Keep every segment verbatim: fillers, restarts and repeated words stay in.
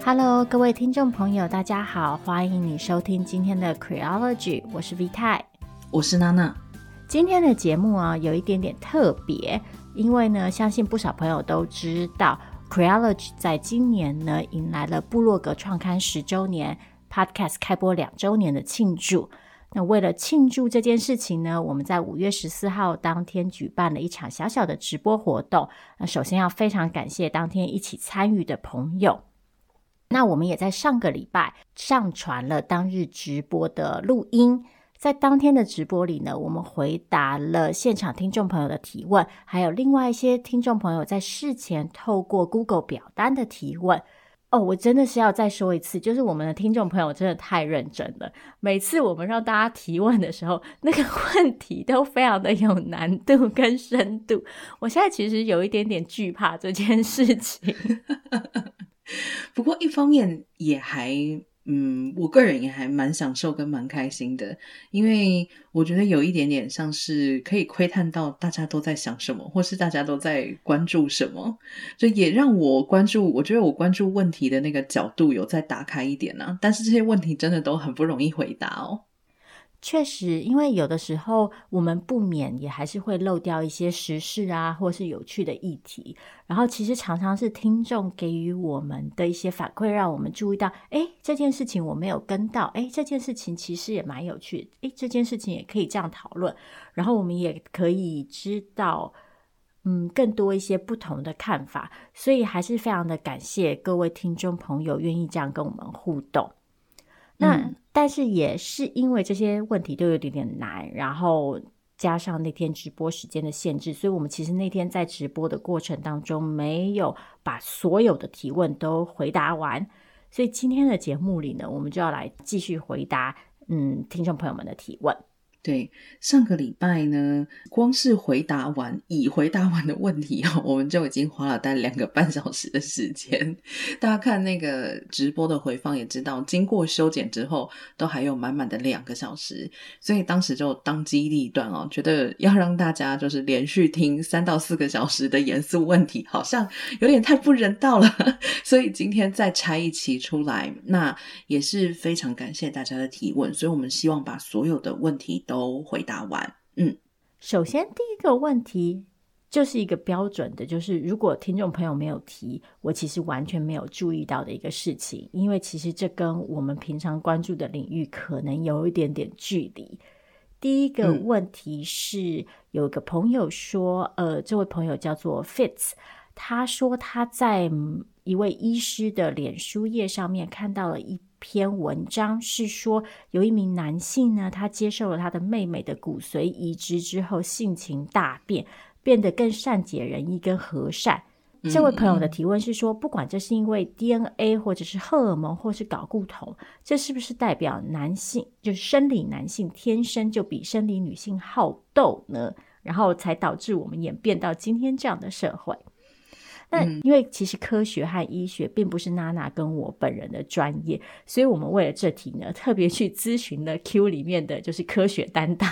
Hello， 各位听众朋友，大家好，欢迎你收听今天的 Creology， 我是 V 太， 我是娜娜。 今天的节目啊，有一点点特别，因为呢，相信不少朋友都知道 Creology 在今年呢，迎来了部落格创刊十周年， Podcast 开播两周年的庆祝。那为了庆祝这件事情呢，我们在五月十四号当天举办了一场小小的直播活动。那首先要非常感谢当天一起参与的朋友。那我们也在上个礼拜上传了当日直播的录音，在当天的直播里呢，我们回答了现场听众朋友的提问，还有另外一些听众朋友在事前透过 Google 表单的提问。哦，我真的是要再说一次，就是我们的听众朋友真的太认真了，每次我们让大家提问的时候，那个问题都非常的有难度跟深度，我现在其实有一点点惧怕这件事情不过一方面也还嗯，我个人也还蛮享受跟蛮开心的，因为我觉得有一点点像是可以窥探到大家都在想什么，或是大家都在关注什么，就也让我关注，我觉得我关注问题的那个角度有再打开一点啊，但是这些问题真的都很不容易回答哦。 确实，因为有的时候我们不免也还是会漏掉一些时事啊，或是有趣的议题，然后其实常常是听众给予我们的一些反馈，让我们注意到，诶，这件事情我没有跟到，诶，这件事情其实也蛮有趣的，诶，这件事情也可以这样讨论，然后我们也可以知道嗯，更多一些不同的看法，所以还是非常的感谢各位听众朋友愿意这样跟我们互动。那、嗯、但是也是因为这些问题都有点点难，然后加上那天直播时间的限制，所以我们其实那天在直播的过程当中没有把所有的提问都回答完，所以今天的节目里呢，我们就要来继续回答嗯听众朋友们的提问。 对，上个礼拜呢，光是回答完已回答完的问题哦，我们就已经花了大概两个半小时的时间。大家看那个直播的回放也知道，经过修剪之后都还有满满的两个小时，所以当时就当机立断哦，觉得要让大家就是连续听三到四个小时的严肃问题好像有点太不人道了，所以今天再拆一期出来。那也是非常感谢大家的提问，所以我们希望把所有的问题都都回答完。嗯， 首先第一个问题就是一个标准的，就是如果听众朋友没有提，我其实完全没有注意到的一个事情，因为其实这跟我们平常关注的领域可能有一点点距离。第一个问题是、嗯、有个朋友说呃，这位朋友叫做 Fitz， 他说他在一位医师的脸书页上面看到了一篇文章，是说有一名男性呢，他接受了他的妹妹的骨髓移植之后性情大变，变得更善解人意跟和善。这位朋友的提问是说，不管这是因为 D N A 或者是荷尔蒙或是睾固酮，这是不是代表男性就是生理男性天生就比生理女性好斗呢？然后才导致我们演变到今天这样的社会。那因为其实科学和医学并不是娜娜跟我本人的专业，所以我们为了这题呢，特别去咨询了 Q 里面的就是科学担当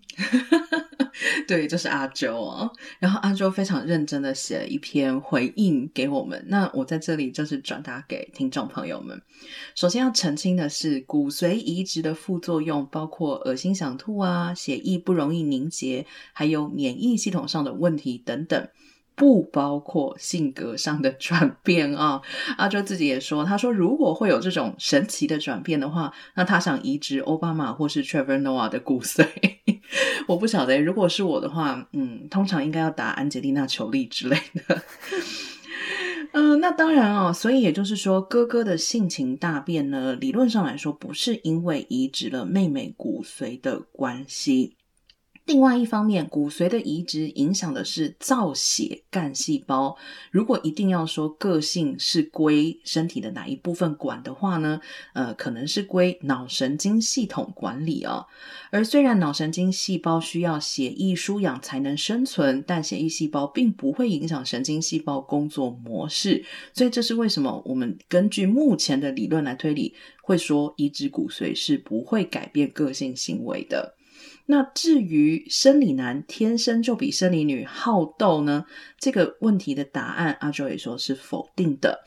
对，就是阿周啊。然后阿周非常认真的写了一篇回应给我们，那我在这里就是转达给听众朋友们。首先要澄清的是，骨髓移植的副作用包括恶心想吐啊，血液不容易凝结，还有免疫系统上的问题等等，不包括性格上的转变啊。阿周自己也说，他说如果会有这种神奇的转变的话，那他想移植奥巴马或是 Trevor Noah 的骨髓我不晓得，如果是我的话嗯，通常应该要打安吉丽娜裘丽之类的嗯、呃，那当然哦，所以也就是说哥哥的性情大变呢，理论上来说不是因为移植了妹妹骨髓的关系。另外一方面，骨髓的移植影响的是造血干细胞，如果一定要说个性是归身体的哪一部分管的话呢，呃，可能是归脑神经系统管理哦。而虽然脑神经细胞需要血液输氧才能生存，但血液细胞并不会影响神经细胞工作模式，所以这是为什么我们根据目前的理论来推理，会说移植骨髓是不会改变个性行为的。那至于生理男天生就比生理女好斗呢，这个问题的答案阿周也说是否定的。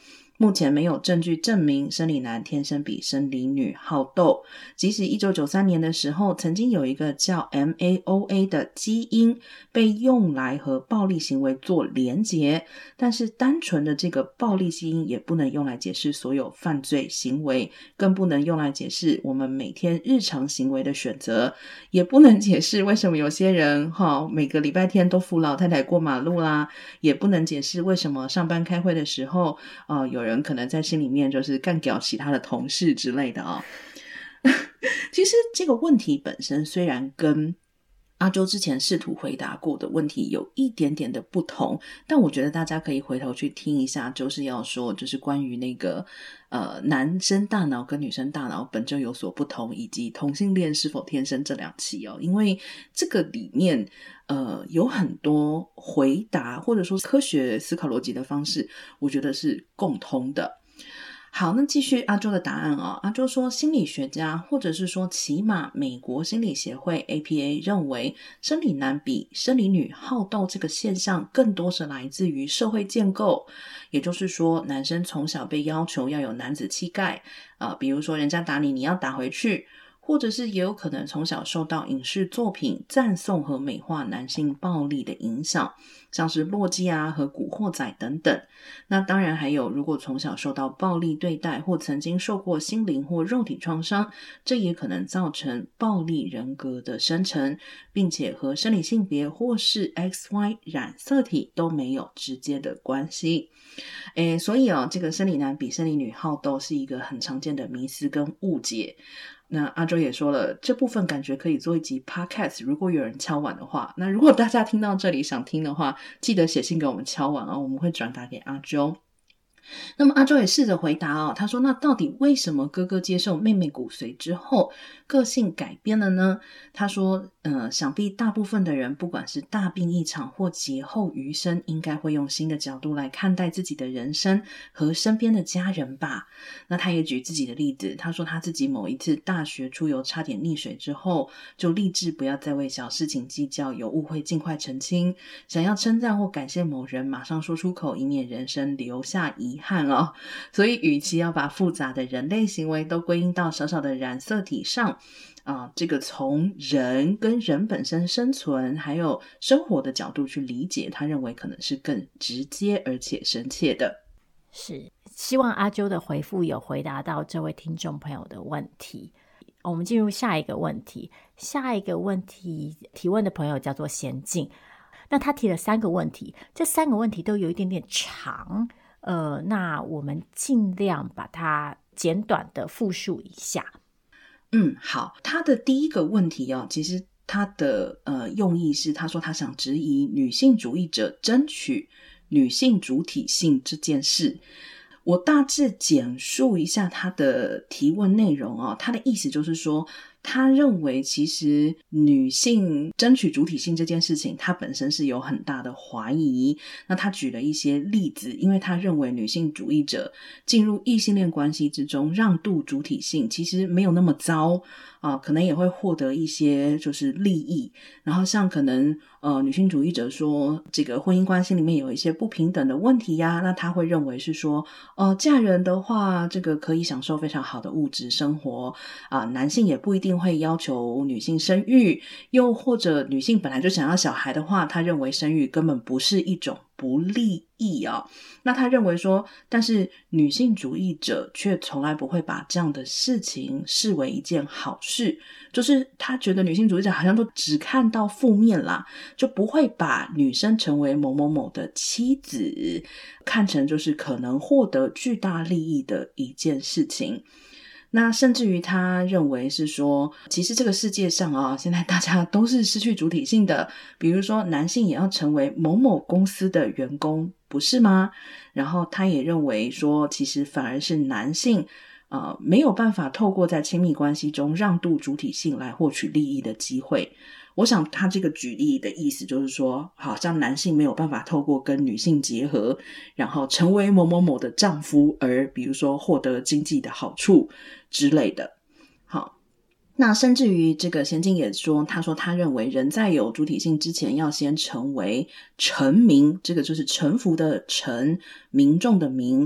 目前没有证据证明生理男天生比生理女好斗，即使一九九三年的时候曾经有一个叫 M A O A 的基因被用来和暴力行为做连结，但是单纯的这个暴力基因也不能用来解释所有犯罪行为，更不能用来解释我们每天日常行为的选择，也不能解释为什么有些人齁每个礼拜天都扶老太太过马路啦，也不能解释为什么上班开会的时候呃，有人可能在心里面就是干掉其他的同事之类的哦。其实这个问题本身虽然跟阿周之前试图回答过的问题有一点点的不同，但我觉得大家可以回头去听一下，就是要说就是关于那个呃男生大脑跟女生大脑本就有所不同，以及同性恋是否天生这两期哦，因为这个里面呃有很多回答或者说科学思考逻辑的方式，我觉得是共通的。好，那继续阿周的答案哦。阿周说，心理学家或者是说起码美国心理协会 A P A 认为生理男比生理女好斗这个现象更多是来自于社会建构，也就是说男生从小被要求要有男子气概、呃、比如说人家打你你要打回去，或者是也有可能从小受到影视作品赞颂和美化男性暴力的影响，像是洛基啊和古惑仔等等。那当然还有如果从小受到暴力对待或曾经受过心灵或肉体创伤，这也可能造成暴力人格的生成，并且和生理性别或是 X Y 染色体都没有直接的关系。诶，所以哦，这个生理男比生理女好斗是一个很常见的迷思跟误解。那阿周也说了，这部分感觉可以做一集 podcast， 如果有人敲碗的话。那如果大家听到这里想听的话，记得写信给我们敲碗哦，我们会转达给阿周。那么阿周也试着回答哦，他说那到底为什么哥哥接受妹妹骨髓之后个性改变了呢？他说呃，想必大部分的人不管是大病一场或劫后余生，应该会用新的角度来看待自己的人生和身边的家人吧。那他也举自己的例子，他说他自己某一次大学出游差点溺水之后，就立志不要再为小事情计较，有误会尽快澄清，想要称赞或感谢某人马上说出口，以免人生留下遗憾哦。所以与其要把复杂的人类行为都归因到小小的染色体上啊、呃，这个从人跟人本身生存还有生活的角度去理解，他认为可能是更直接而且深切的。 是，希望阿啾的回复有回答到这位听众朋友的问题。我们进入下一个问题，下一个问题提问的朋友叫做娴静，那他提了三个问题，这三个问题都有一点点长，呃，那我们尽量把它简短的复述一下。 嗯，好，他的第一个问题哦，其实他的呃用意是，他说他想质疑女性主义者争取女性主体性这件事。我大致简述一下他的提问内容哦，他的意思就是说，他认为其实女性争取主体性这件事情，他本身是有很大的怀疑。那他举了一些例子，因为他认为女性主义者进入异性恋关系之中让渡主体性其实没有那么糟啊、呃，可能也会获得一些就是利益。然后像可能呃女性主义者说这个婚姻关系里面有一些不平等的问题呀，那他会认为是说呃嫁人的话，这个可以享受非常好的物质生活啊、呃，男性也不一定会要求女性生育，又或者女性本来就想要小孩的话，他认为生育根本不是一种不利益啊。那他认为说，但是女性主义者却从来不会把这样的事情视为一件好事，就是他觉得女性主义者好像都只看到负面啦，就不会把女生成为某某某的妻子看成就是可能获得巨大利益的一件事情。那甚至于他认为是说，其实这个世界上啊，现在大家都是失去主体性的，比如说男性也要成为某某公司的员工，不是吗？然后他也认为说，其实反而是男性呃，没有办法透过在亲密关系中让渡主体性来获取利益的机会。我想他这个举例的意思就是说，好像男性没有办法透过跟女性结合，然后成为某某某的丈夫，而比如说获得经济的好处之类的。好，那甚至于这个娴静也说，他说他认为人在有主体性之前要先成为臣民，这个就是臣服的臣，民众的民。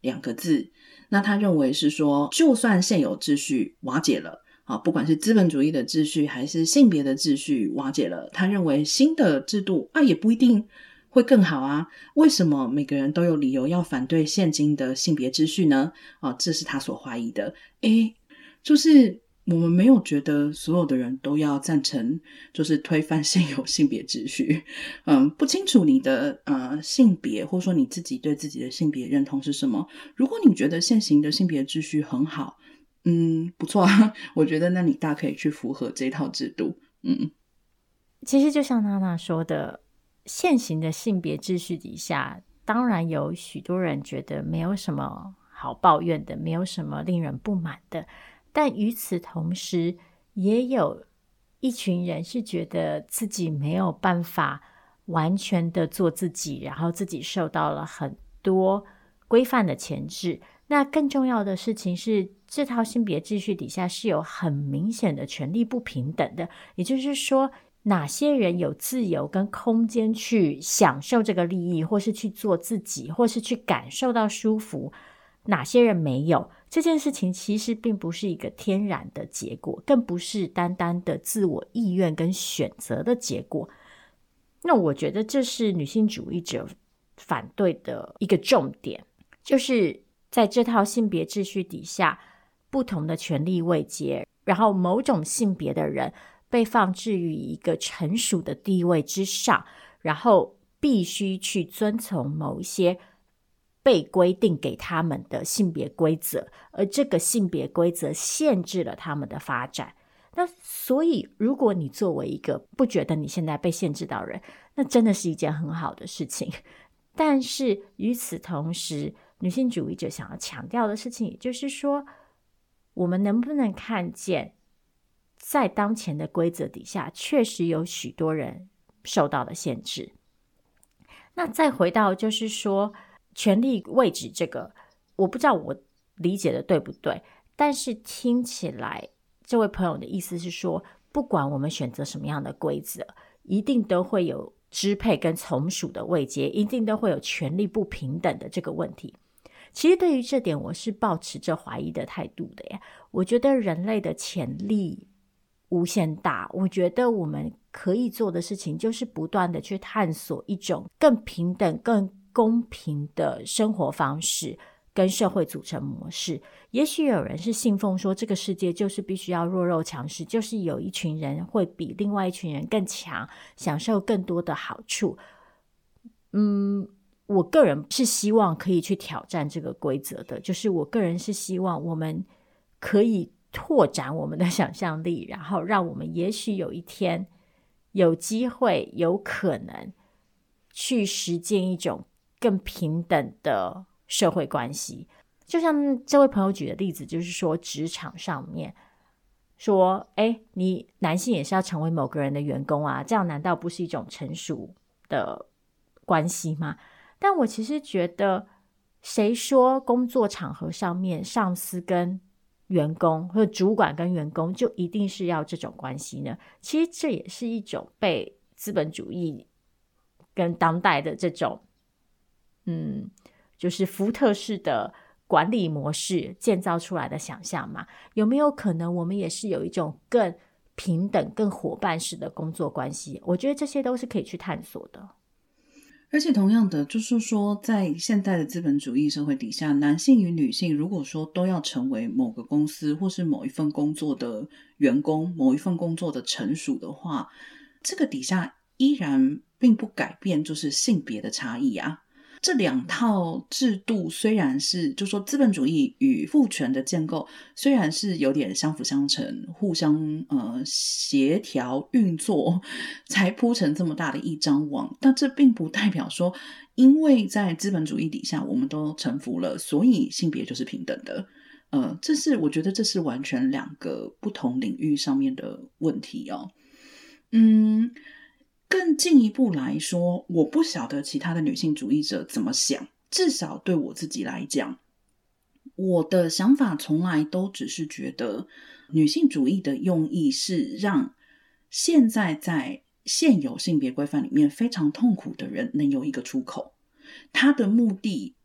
两个字。那他认为是说，就算现有秩序瓦解了啊，不管是资本主义的秩序还是性别的秩序瓦解了，他认为新的制度啊也不一定会更好啊。为什么每个人都有理由要反对现今的性别秩序呢？啊，这是他所怀疑的。诶，就是我们没有觉得所有的人都要赞成就是推翻现有性别秩序。嗯，不清楚你的呃性别，或者说你自己对自己的性别认同是什么，如果你觉得现行的性别秩序很好，嗯，不错啊，我觉得那你大可以去符合这套制度。嗯， 其实就像娜娜说的，现行的性别秩序底下，当然有许多人觉得没有什么好抱怨的，没有什么令人不满的，但与此同时，也有一群人是觉得自己没有办法完全的做自己，然后自己受到了很多规范的钳制。那更重要的事情是，这套性别秩序底下是有很明显的权力不平等的，也就是说，哪些人有自由跟空间去享受这个利益，或是去做自己，或是去感受到舒服，哪些人没有，这件事情其实并不是一个天然的结果，更不是单单的自我意愿跟选择的结果。那我觉得这是女性主义者反对的一个重点，就是在这套性别秩序底下，不同的权力位阶，然后某种性别的人被放置于一个成熟的地位之上，然后必须去遵从某一些被规定给他们的性别规则，而这个性别规则限制了他们的发展。那所以如果你作为一个不觉得你现在被限制到的人，那真的是一件很好的事情。但是与此同时，女性主义者想要强调的事情，也就是说，我们能不能看见在当前的规则底下，确实有许多人受到了限制。那再回到就是说权力位置这个，我不知道我理解的对不对，但是听起来这位朋友的意思是说，不管我们选择什么样的规则，一定都会有支配跟从属的位阶，一定都会有权力不平等的这个问题。其实对于这点我是抱持着怀疑的态度的耶。我觉得人类的潜力无限大，我觉得我们可以做的事情就是不断的去探索一种更平等更公平的生活方式跟社会组成模式。也许有人是信奉说这个世界就是必须要弱肉强食，就是有一群人会比另外一群人更强，享受更多的好处。嗯，我个人是希望可以去挑战这个规则的，就是我个人是希望我们可以拓展我们的想象力，然后让我们也许有一天有机会有可能去实践一种更平等的社会关系。就像这位朋友举的例子，就是说职场上面说，诶，你男性也是要成为某个人的员工啊，这样难道不是一种成熟的关系吗？但我其实觉得，谁说工作场合上面上司跟员工或者主管跟员工就一定是要这种关系呢？其实这也是一种被资本主义跟当代的这种嗯，就是福特式的管理模式建造出来的想象嘛。有没有可能我们也是有一种更平等更伙伴式的工作关系？我觉得这些都是可以去探索的。 而且同样的，就是说在现代的资本主义社会底下，男性与女性如果说都要成为某个公司或是某一份工作的员工，某一份工作的成熟的话，这个底下依然并不改变就是性别的差异啊。这两套制度虽然是就说资本主义与父权的建构虽然是有点相辅相成，互相呃协调运作才铺成这么大的一张网，但这并不代表说因为在资本主义底下我们都臣服了，所以性别就是平等的。呃，这是我觉得这是完全两个不同领域上面的问题哦。嗯，更进一步来说，我不晓得其他的女性主义者怎么想，至少对我自己来讲，我的想法从来都只是觉得女性主义的用意是让现在在现有性别规范里面非常痛苦的人能有一个出口。他的目的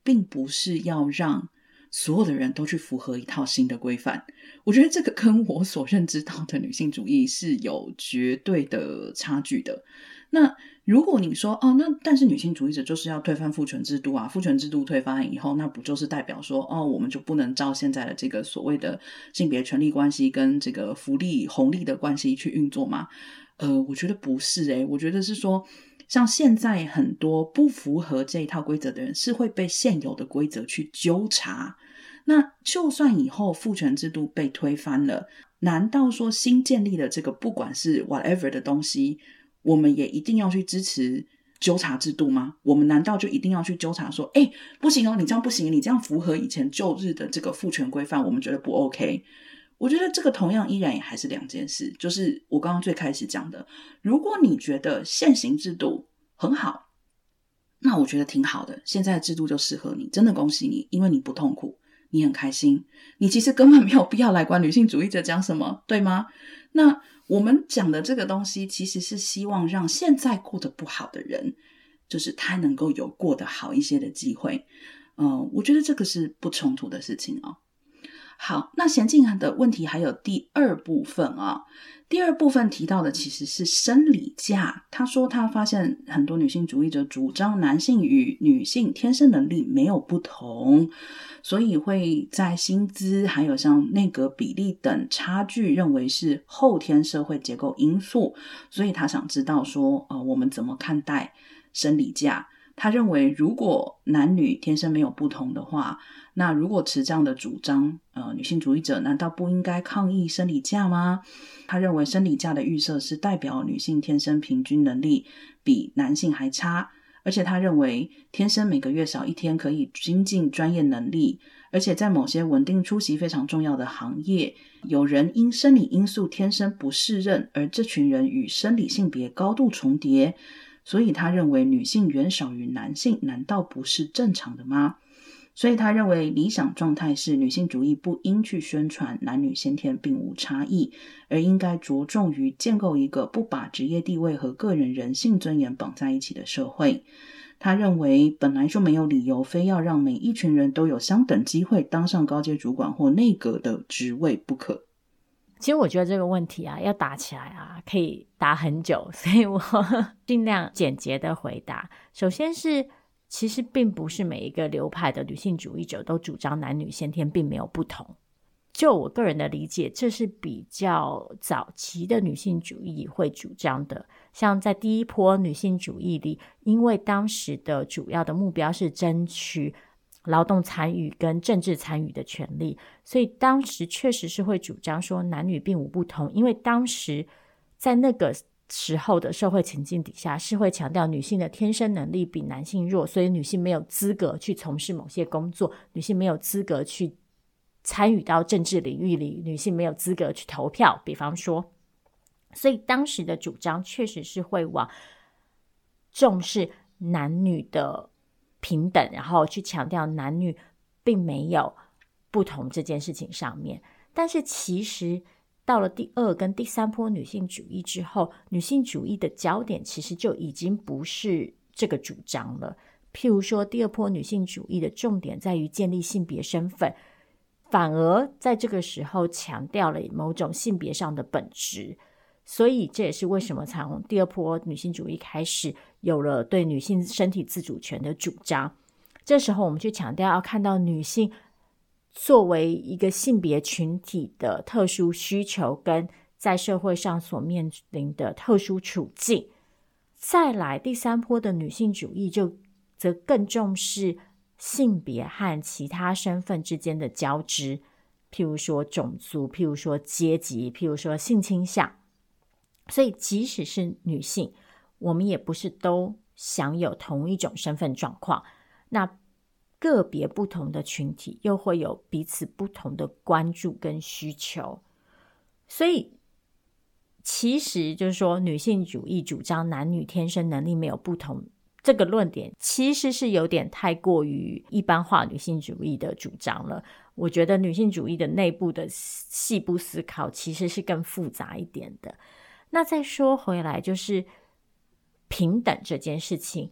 并不是要让所有的人都去符合一套新的规范。我觉得这个跟我所认知到的女性主义是有绝对的差距的。那如果你说哦，那但是女性主义者就是要推翻父权制度啊，父权制度推翻以后，那不就是代表说哦，我们就不能照现在的这个所谓的性别权利关系跟这个福利红利的关系去运作吗？呃，我觉得不是诶、欸、我觉得是说像现在很多不符合这一套规则的人是会被现有的规则去纠察。那就算以后父权制度被推翻了，难道说新建立的这个不管是 whatever 的东西，我们也一定要去支持纠察制度吗？我们难道就一定要去纠察说诶不行哦，你这样不行，你这样符合以前旧日的这个父权规范，我们觉得不 OK。我觉得这个同样依然也还是两件事，就是我刚刚最开始讲的，如果你觉得现行制度很好，那我觉得挺好的，现在的制度就适合你，真的恭喜你，因为你不痛苦，你很开心，你其实根本没有必要来管女性主义者讲什么，对吗？那我们讲的这个东西其实是希望让现在过得不好的人，就是他能够有过得好一些的机会。呃，我觉得这个是不冲突的事情哦。好，那娴静的问题还有第二部分啊。第二部分提到的其实是生理假，他说他发现很多女性主义者主张男性与女性天生能力没有不同，所以会在薪资还有像内阁比例等差距认为是后天社会结构因素，所以他想知道说呃，我们怎么看待生理假。他认为如果男女天生没有不同的话，那如果持这样的主张，呃，女性主义者难道不应该抗议生理假吗？他认为生理假的预设是代表女性天生平均能力比男性还差，而且他认为天生每个月少一天可以精进专业能力，而且在某些稳定出席非常重要的行业，有人因生理因素天生不适任，而这群人与生理性别高度重叠，所以他认为女性远少于男性难道不是正常的吗？所以他认为理想状态是女性主义不应去宣传男女先天并无差异，而应该着重于建构一个不把职业地位和个人人性尊严绑在一起的社会。他认为本来就没有理由非要让每一群人都有相等机会当上高阶主管或内阁的职位不可。 其实我觉得这个问题啊，要打起来啊，可以打很久，所以我尽量简洁的回答。首先是其实并不是每一个流派的女性主义者都主张男女先天并没有不同。就我个人的理解，这是比较早期的女性主义会主张的。像在第一波女性主义里，因为当时的主要的目标是争取劳动参与跟政治参与的权利，所以当时确实是会主张说男女并无不同，因为当时在那个时候的社会情境底下是会强调女性的天生能力比男性弱，所以女性没有资格去从事某些工作，女性没有资格去参与到政治领域里，女性没有资格去投票，比方说，所以当时的主张确实是会往重视男女的平等，然后去强调男女并没有不同这件事情上面。但是其实到了第二跟第三波女性主义之后，女性主义的焦点其实就已经不是这个主张了。譬如说第二波女性主义的重点在于建立性别身份，反而在这个时候强调了某种性别上的本质。所以这也是为什么从第二波女性主义开始有了对女性身体自主权的主张。这时候我们去强调要看到女性作为一个性别群体的特殊需求跟在社会上所面临的特殊处境。再来第三波的女性主义就则更重视性别和其他身份之间的交织，譬如说种族，譬如说阶级，譬如说性倾向。所以即使是女性，我们也不是都享有同一种身份状况，那个别不同的群体又会有彼此不同的关注跟需求。所以其实就是说女性主义主张男女天生能力没有不同，这个论点其实是有点太过于一般化女性主义的主张了。我觉得女性主义的内部的细部思考其实是更复杂一点的。那再说回来，就是平等这件事情，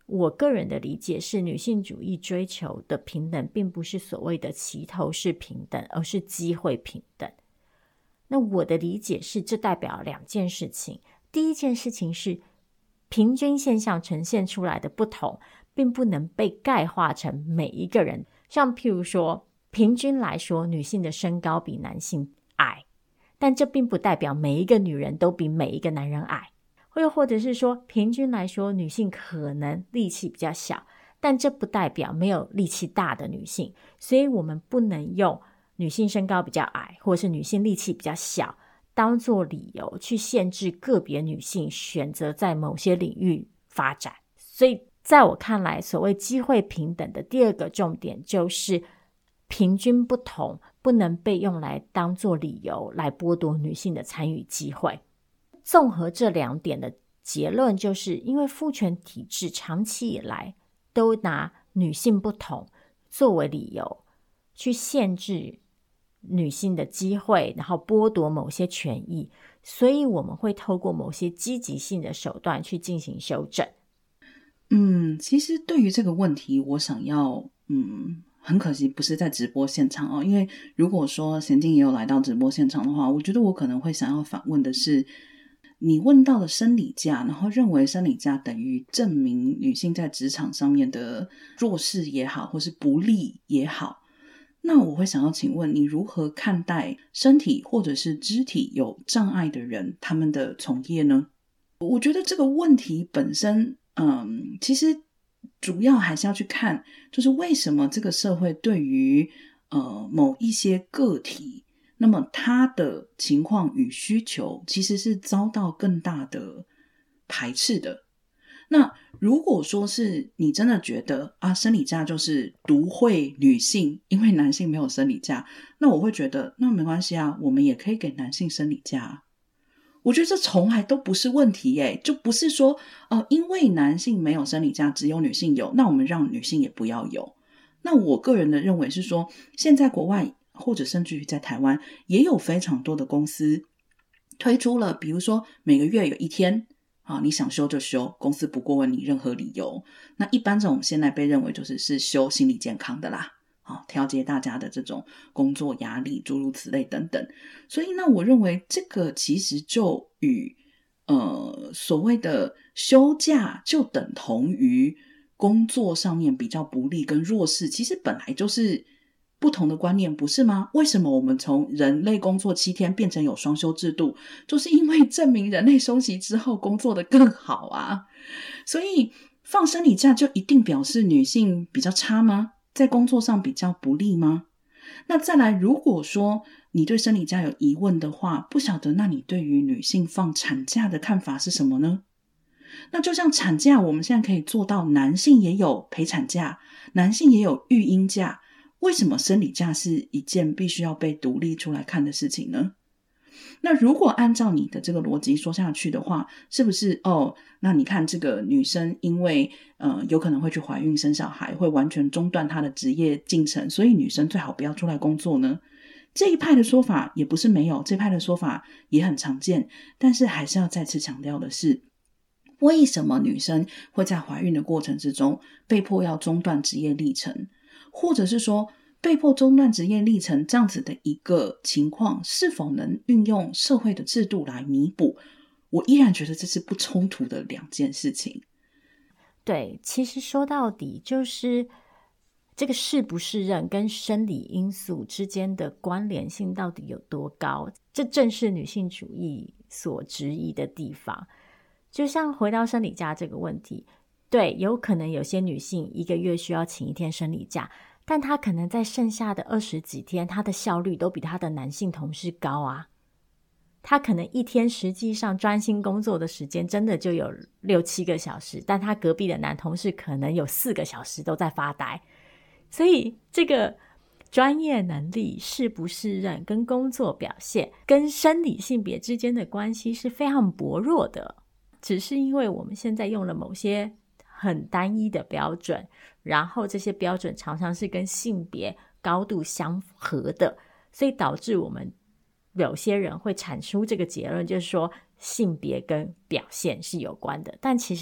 我个人的理解是，女性主义追求的平等并不是所谓的齐头式平等，而是机会平等。那我的理解是，这代表两件事情。第一件事情是，平均现象呈现出来的不同并不能被概化成每一个人，像譬如说平均来说女性的身高比男性矮，但这并不代表每一个女人都比每一个男人矮，又或者是说平均来说女性可能力气比较小，但这不代表没有力气大的女性。所以我们不能用女性身高比较矮或是女性力气比较小当作理由去限制个别女性选择在某些领域发展。所以在我看来，所谓机会平等的第二个重点就是平均不同不能被用来当作理由来剥夺女性的参与机会。综合这两点的结论就是，因为父权体制长期以来都拿女性不同作为理由去限制女性的机会，然后剥夺某些权益，所以我们会透过某些积极性的手段去进行修正。 嗯，其实对于这个问题，我想要嗯，很可惜不是在直播现场哦，因为如果说贤静也有来到直播现场的话，我觉得我可能会想要反问的是，你问到了生理假，然后认为生理假等于证明女性在职场上面的弱势也好，或是不利也好，那我会想要请问你如何看待身体或者是肢体有障碍的人他们的从业呢？我觉得这个问题本身嗯，其实主要还是要去看，就是为什么这个社会对于呃某一些个体，那么他的情况与需求其实是遭到更大的排斥的。那如果说是你真的觉得啊，生理假就是独惠女性，因为男性没有生理假，那我会觉得那没关系啊，我们也可以给男性生理假啊。我觉得这从来都不是问题耶，就不是说呃，因为男性没有生理假，只有女性有，那我们让女性也不要有。那我个人的认为是说，现在国外或者甚至于在台湾也有非常多的公司推出了，比如说每个月有一天啊，你想休就休，公司不过问你任何理由。那一般这种现在被认为就是是休心理健康的啦，好，调节大家的这种工作压力诸如此类等等。所以呢，我认为这个其实就与呃所谓的休假就等同于工作上面比较不利跟弱势，其实本来就是不同的观念，不是吗？为什么我们从人类工作七天变成有双休制度，就是因为证明人类休息之后工作的更好啊。所以放生理假就一定表示女性比较差吗？在工作上比较不利吗？那再来，如果说你对生理假有疑问的话，不晓得那你对于女性放产假的看法是什么呢？那就像产假，我们现在可以做到男性也有陪产假，男性也有育婴假，为什么生理假是一件必须要被独立出来看的事情呢？那如果按照你的这个逻辑说下去的话，是不是哦？那你看这个女生因为呃有可能会去怀孕生小孩，会完全中断她的职业进程，所以女生最好不要出来工作呢？这一派的说法也不是没有，这一派的说法也很常见，但是还是要再次强调的是，为什么女生会在怀孕的过程之中被迫要中断职业历程，或者是说被迫中断职业历程这样子的一个情况，是否能运用社会的制度来弥补？我依然觉得这是不冲突的两件事情。 对，其实说到底就是这个适不适任跟生理因素之间的关联性到底有多高，这正是女性主义所质疑的地方。就像回到生理假这个问题，对，有可能有些女性一个月需要请一天生理假，但她可能在剩下的二十几天，她的效率都比她的男性同事高啊。她可能一天实际上专心工作的时间真的就有六七个小时，但她隔壁的男同事可能有四个小时都在发呆。所以这个专业能力适不适任跟工作表现跟生理性别之间的关系是非常薄弱的，只是因为我们现在用了某些很单一的标准，然后这些标准常常是跟性别高度相合的，所以导致我们有些人会产出这个结论，就是说性别跟表现是有关的，但其实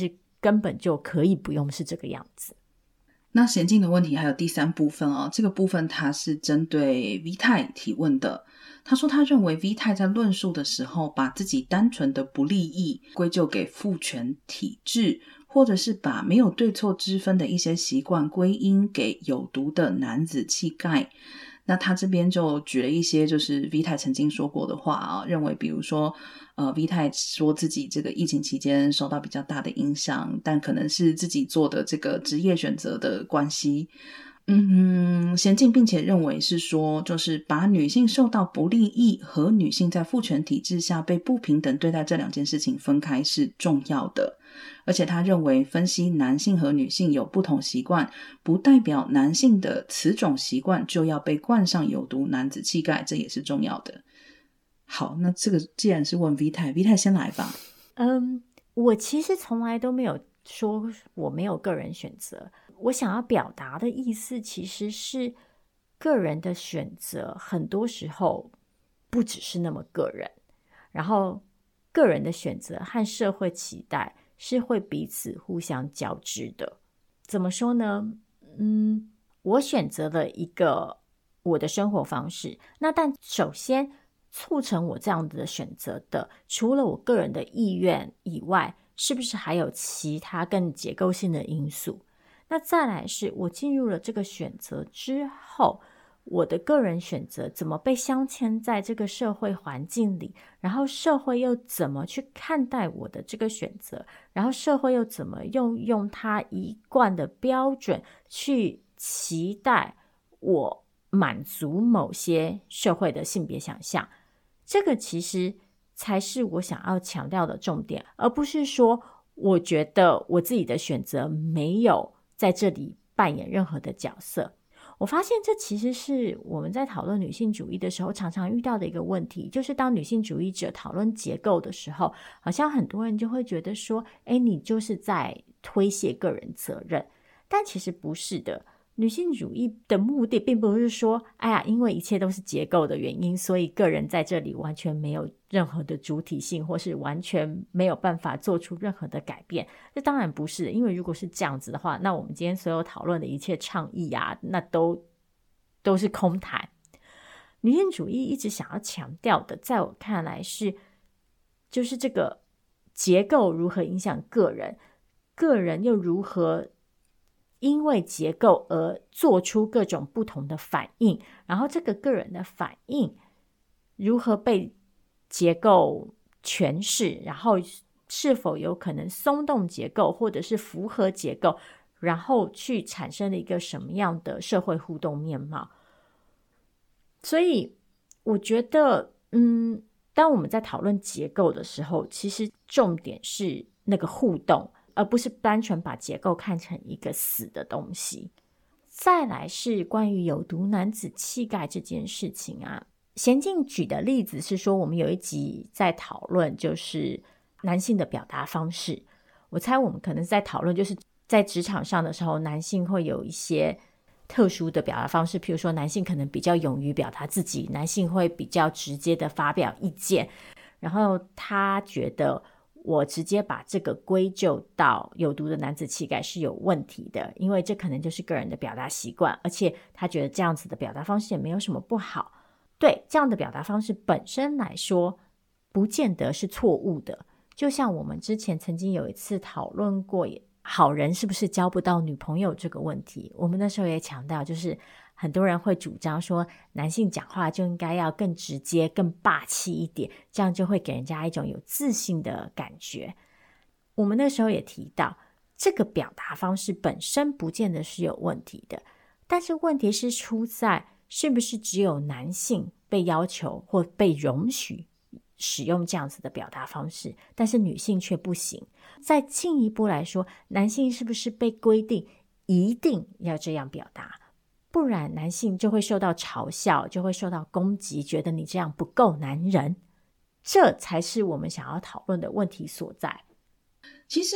根本就可以不用是这个样子。 那娴静的问题还有第三部分哦，这个部分他是针对 V 太提问的。他说他认为 V 太在论述的时候把自己单纯的不利益归咎给父权体制，或者是把没有对错之分的一些习惯归因给有毒的男子气概。那他这边就举了一些就是 V 太曾经说过的话啊，认为比如说呃 V 太说自己这个疫情期间受到比较大的影响，但可能是自己做的这个职业选择的关系。嗯，娴静并且认为是说，就是把女性受到不利益和女性在父权体制下被不平等对待这两件事情分开是重要的。而且他认为分析男性和女性有不同习惯，不代表男性的此种习惯就要被冠上有毒男子气概，这也是重要的。好，那这个既然是问 V 太 V 太先来吧。 嗯，我其实从来都没有说我没有个人选择，我想要表达的意思其实是个人的选择很多时候不只是那么个人，然后个人的选择和社会期待是会彼此互相交织的。怎么说呢？嗯，我选择了一个我的生活方式，那但首先促成我这样子的选择的，除了我个人的意愿以外，是不是还有其他更结构性的因素？那再来是我进入了这个选择之后，我的个人选择怎么被镶嵌在这个社会环境里，然后社会又怎么去看待我的这个选择，然后社会又怎么用用它一贯的标准去期待我满足某些社会的性别想象。这个其实才是我想要强调的重点，而不是说我觉得我自己的选择没有在这里扮演任何的角色。我发现这其实是我们在讨论女性主义的时候常常遇到的一个问题，就是当女性主义者讨论结构的时候，好像很多人就会觉得说，诶，你就是在推卸个人责任，但其实不是的。女性主义的目的并不是说，哎呀，因为一切都是结构的原因，所以个人在这里完全没有任何的主体性，或是完全没有办法做出任何的改变。这当然不是，因为如果是这样子的话，那我们今天所有讨论的一切倡议啊，那都都是空谈。女性主义一直想要强调的，在我看来是，就是这个结构如何影响个人，个人又如何因为结构而做出各种不同的反应，然后这个个人的反应如何被结构诠释，然后是否有可能松动结构或者是符合结构，然后去产生了一个什么样的社会互动面貌。所以我觉得嗯，当我们在讨论结构的时候，其实重点是那个互动，而不是单纯把结构看成一个死的东西。再来是关于有毒男子气概这件事情啊，娴静举的例子是说，我们有一集在讨论就是男性的表达方式，我猜我们可能在讨论就是在职场上的时候，男性会有一些特殊的表达方式，譬如说男性可能比较勇于表达自己，男性会比较直接的发表意见，然后他觉得我直接把这个归咎到有毒的男子气概是有问题的，因为这可能就是个人的表达习惯，而且他觉得这样子的表达方式也没有什么不好。对，这样的表达方式本身来说不见得是错误的，就像我们之前曾经有一次讨论过好人是不是交不到女朋友这个问题，我们那时候也强调，就是很多人会主张说男性讲话就应该要更直接更霸气一点，这样就会给人家一种有自信的感觉。我们那时候也提到，这个表达方式本身不见得是有问题的，但是问题是出在是不是只有男性被要求或被容许使用这样子的表达方式，但是女性却不行。再进一步来说，男性是不是被规定一定要这样表达，不然男性就会受到嘲笑，就会受到攻击，觉得你这样不够男人。这才是我们想要讨论的问题所在。 其实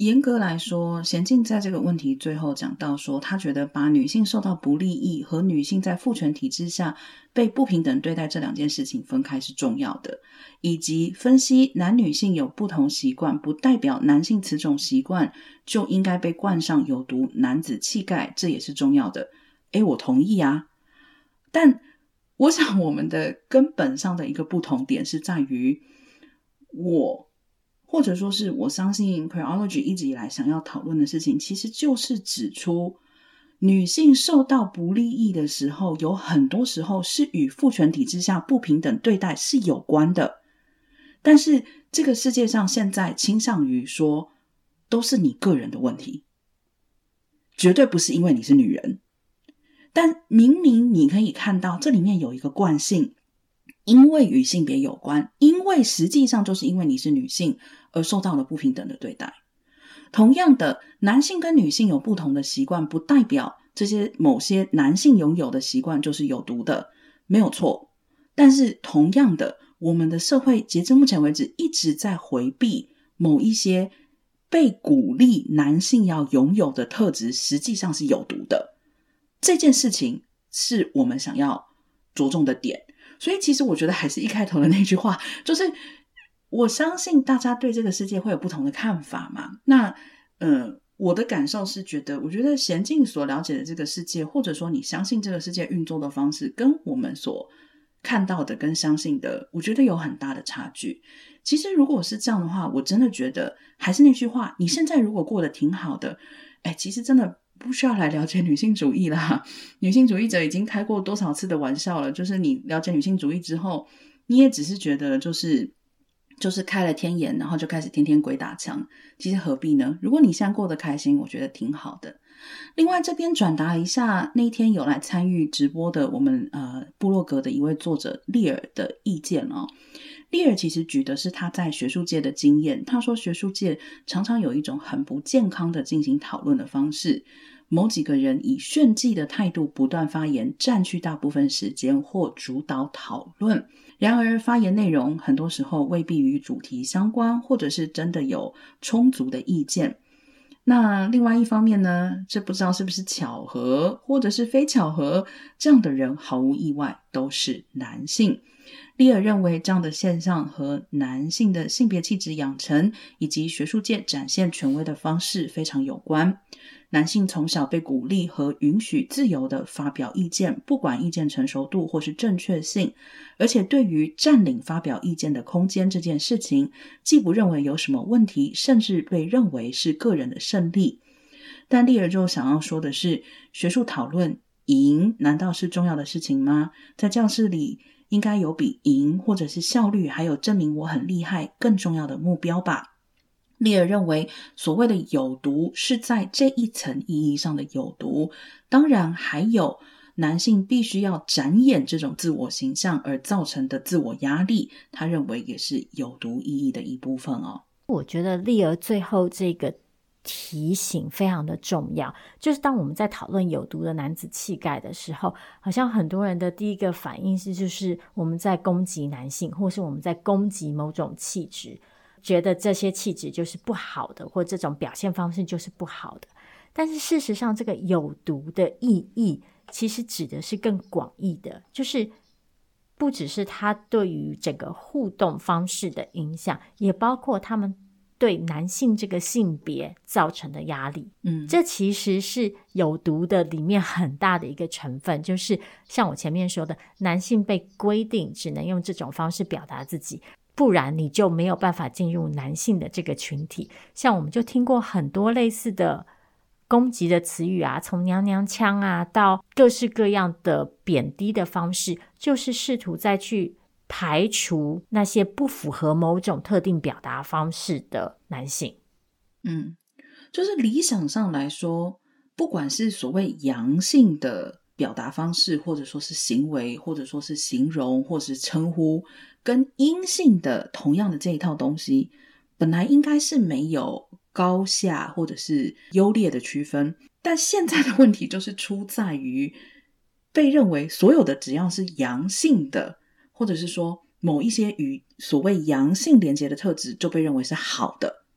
严格来说，娴静在这个问题最后讲到说，他觉得把女性受到不利益和女性在父权体制下被不平等对待这两件事情分开是重要的，以及分析男女性有不同习惯不代表男性此种习惯就应该被冠上有毒男子气概，这也是重要的。诶，我同意啊，但我想我们的根本上的一个不同点是在于，我或者说是我相信 Queerology 一直以来想要讨论的事情，其实就是指出女性受到不利益的时候，有很多时候是与父权体制下不平等对待是有关的，但是这个世界上现在倾向于说都是你个人的问题，绝对不是因为你是女人。但明明你可以看到这里面有一个惯性，因为与性别有关，因为实际上就是因为你是女性而受到了不平等的对待。同样的，男性跟女性有不同的习惯，不代表这些某些男性拥有的习惯就是有毒的，没有错。但是同样的，我们的社会截至目前为止一直在回避某一些被鼓励男性要拥有的特质实际上是有毒的，这件事情是我们想要着重的点。所以其实我觉得还是一开头的那句话，就是我相信大家对这个世界会有不同的看法嘛。那呃，我的感受是觉得，我觉得娴静所了解的这个世界，或者说你相信这个世界运作的方式，跟我们所看到的跟相信的，我觉得有很大的差距。其实如果是这样的话，我真的觉得还是那句话，你现在如果过得挺好的，哎，其实真的不需要来了解女性主义啦。女性主义者已经开过多少次的玩笑了，就是你了解女性主义之后，你也只是觉得就是就是开了天眼，然后就开始天天鬼打墙，其实何必呢？如果你现在过得开心，我觉得挺好的。另外这边转达一下那一天有来参与直播的我们呃部落格的一位作者利尔的意见哦。利尔其实举的是他在学术界的经验，他说学术界常常有一种很不健康的进行讨论的方式，某几个人以炫技的态度不断发言，占据大部分时间或主导讨论，然而发言内容很多时候未必与主题相关，或者是真的有充足的意见。那另外一方面呢，这不知道是不是巧合或者是非巧合，这样的人毫无意外都是男性。利尔认为这样的现象和男性的性别气质养成以及学术界展现权威的方式非常有关。男性从小被鼓励和允许自由地发表意见，不管意见成熟度或是正确性，而且对于占领发表意见的空间这件事情，既不认为有什么问题，甚至被认为是个人的胜利。但利尔就想要说的是，学术讨论赢难道是重要的事情吗？在教室里应该有比赢或者是效率还有证明我很厉害更重要的目标吧。利尔认为所谓的有毒是在这一层意义上的有毒，当然还有男性必须要展演这种自我形象而造成的自我压力，他认为也是有毒意义的一部分哦。 我觉得利尔最后这个提醒非常的重要，就是当我们在讨论有毒的男子气概的时候，好像很多人的第一个反应是就是我们在攻击男性，或是我们在攻击某种气质，觉得这些气质就是不好的，或这种表现方式就是不好的。但是事实上这个有毒的意义其实指的是更广义的，就是不只是它对于整个互动方式的影响，也包括他们对男性这个性别造成的压力。 嗯， 这其实是有毒的里面很大的一个成分，就是像我前面说的，男性被规定只能用这种方式表达自己，不然你就没有办法进入男性的这个群体。像我们就听过很多类似的攻击的词语啊，从娘娘腔啊到各式各样的贬低的方式，就是试图再去排除那些不符合某种特定表达方式的男性。 嗯，就是理想上来说，不管是所谓阳性的表达方式，或者说是行为，或者说是形容，或是称呼，跟阴性的同样的这一套东西，本来应该是没有高下或者是优劣的区分，但现在的问题就是出在于被认为所有的只要是阳性的，或者是说某一些与所谓阳性连结的特质就被认为是好的，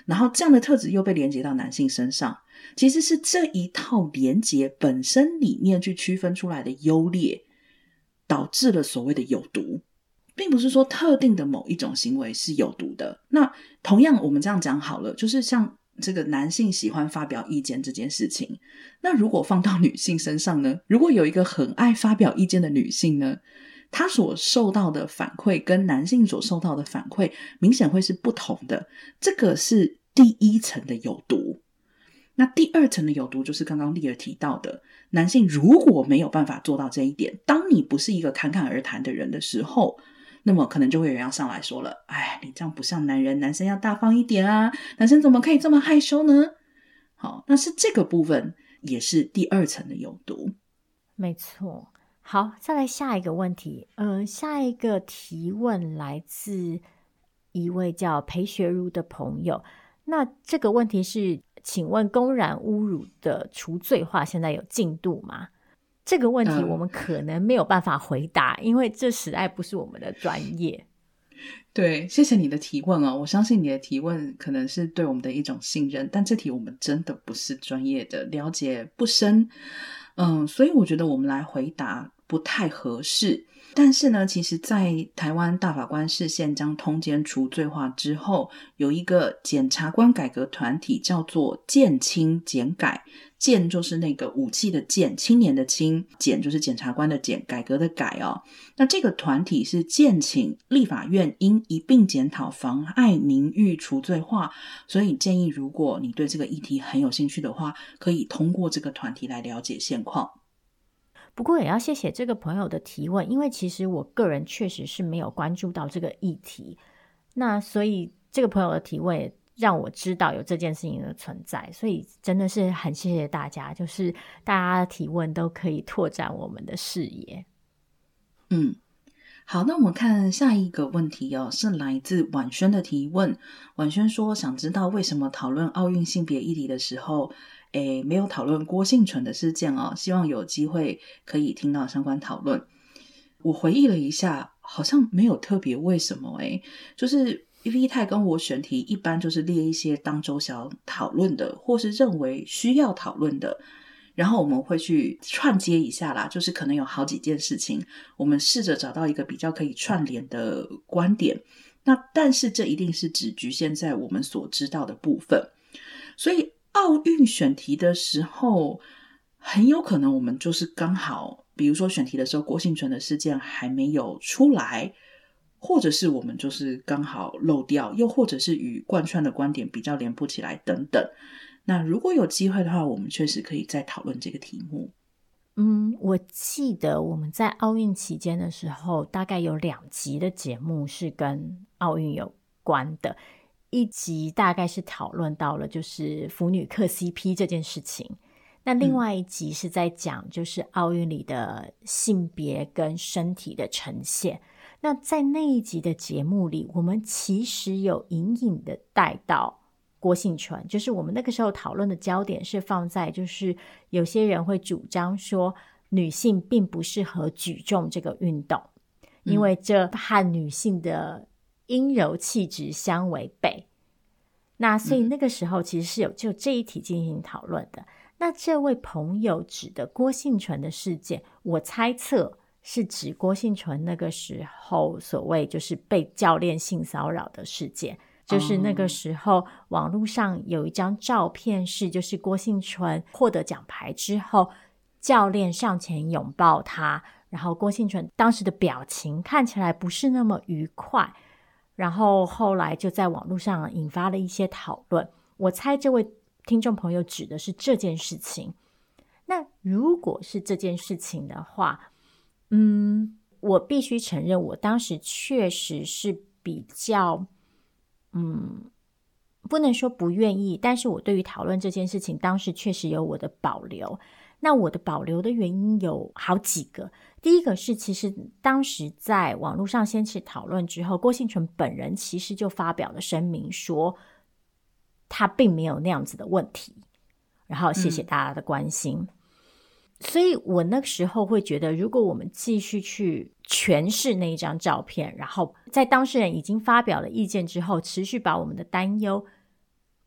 然后这样的特质又被连接到男性身上，其实是这一套连接本身里面去区分出来的优劣，导致了所谓的有毒，并不是说特定的某一种行为是有毒的。那同样我们这样讲好了，就是像这个男性喜欢发表意见这件事情，那如果放到女性身上呢？如果有一个很爱发表意见的女性呢，她所受到的反馈跟男性所受到的反馈明显会是不同的，这个是第一层的有毒。那第二层的有毒就是刚刚丽儿提到的，男性如果没有办法做到这一点，当你不是一个侃侃而谈的人的时候，那么可能就会有人要上来说了，哎，你这样不像男人，男生要大方一点啊，男生怎么可以这么害羞呢？好，那是这个部分也是第二层的有毒。 没错。好，再来下一个问题。呃，下一个提问来自一位叫裴学如的朋友。那这个问题是，请问公然侮辱的除罪化现在有进度吗？这个问题我们可能没有办法回答，呃、因为这实在不是我们的专业。 对，谢谢你的提问哦。我相信你的提问可能是对我们的一种信任，但这题我们真的不是专业的，了解不深。嗯，所以我觉得我们来回答不太合适。但是呢，其实在台湾大法官释宪将通奸除罪化之后，有一个检察官改革团体叫做鉴青检改，鉴就是那个武器的鉴，青年的青，检就是检察官的检，改革的改哦。那这个团体是建请立法院应一并检讨妨碍名誉除罪化，所以建议如果你对这个议题很有兴趣的话，可以通过这个团体来了解现况。 不过也要谢谢这个朋友的提问，因为其实我个人确实是没有关注到这个议题，那所以这个朋友的提问也让我知道有这件事情的存在，所以真的是很谢谢大家，就是大家的提问都可以拓展我们的视野。 嗯，好，那我们看下一个问题哦，是来自婉萱的提问。婉萱说想知道为什么讨论奥运性别议题的时候诶，没有讨论郭婞淳的事件哦，希望有机会可以听到相关讨论。我回忆了一下，好像没有特别为什么诶，就是 V 太跟我选题一般就是列一些当周想讨论的，或是认为需要讨论的，然后我们会去串接一下啦，就是可能有好几件事情，我们试着找到一个比较可以串联的观点。那但是这一定是只局限在我们所知道的部分，所以奥运选题的时候很有可能我们就是刚好比如说选题的时候郭婞淳的事件还没有出来，或者是我们就是刚好漏掉，又或者是与贯穿的观点比较连不起来等等。那如果有机会的话，我们确实可以再讨论这个题目。 嗯，我记得我们在奥运期间的时候大概有两集的节目是跟奥运有关的，一集大概是讨论到了就是腐女嗑 C P 这件事情，那另外一集是在讲就是奥运里的性别跟身体的呈现。那在那一集的节目里，我们其实有隐隐的带到郭婞淳，就是我们那个时候讨论的焦点是放在就是有些人会主张说女性并不适合举重这个运动，因为这和女性的阴柔气质相违背。那所以那个时候其实是有就这一题进行讨论的。那这位朋友指的郭婞淳的事件，我猜测是指郭婞淳那个时候所谓就是被教练性骚扰的事件，就是那个时候网络上有一张照片是就是郭婞淳获得奖牌之后，教练上前拥抱他，然后郭婞淳当时的表情看起来不是那么愉快，然后后来就在网络上引发了一些讨论。我猜这位听众朋友指的是这件事情。那如果是这件事情的话，嗯，我必须承认我当时确实是比较嗯，不能说不愿意，但是我对于讨论这件事情当时确实有我的保留。那我的保留的原因有好几个。第一个是其实当时在网络上掀起讨论之后，郭婞淳本人其实就发表了声明说他并没有那样子的问题，然后谢谢大家的关心、嗯、所以我那个时候会觉得如果我们继续去诠释那一张照片，然后在当事人已经发表了意见之后持续把我们的担忧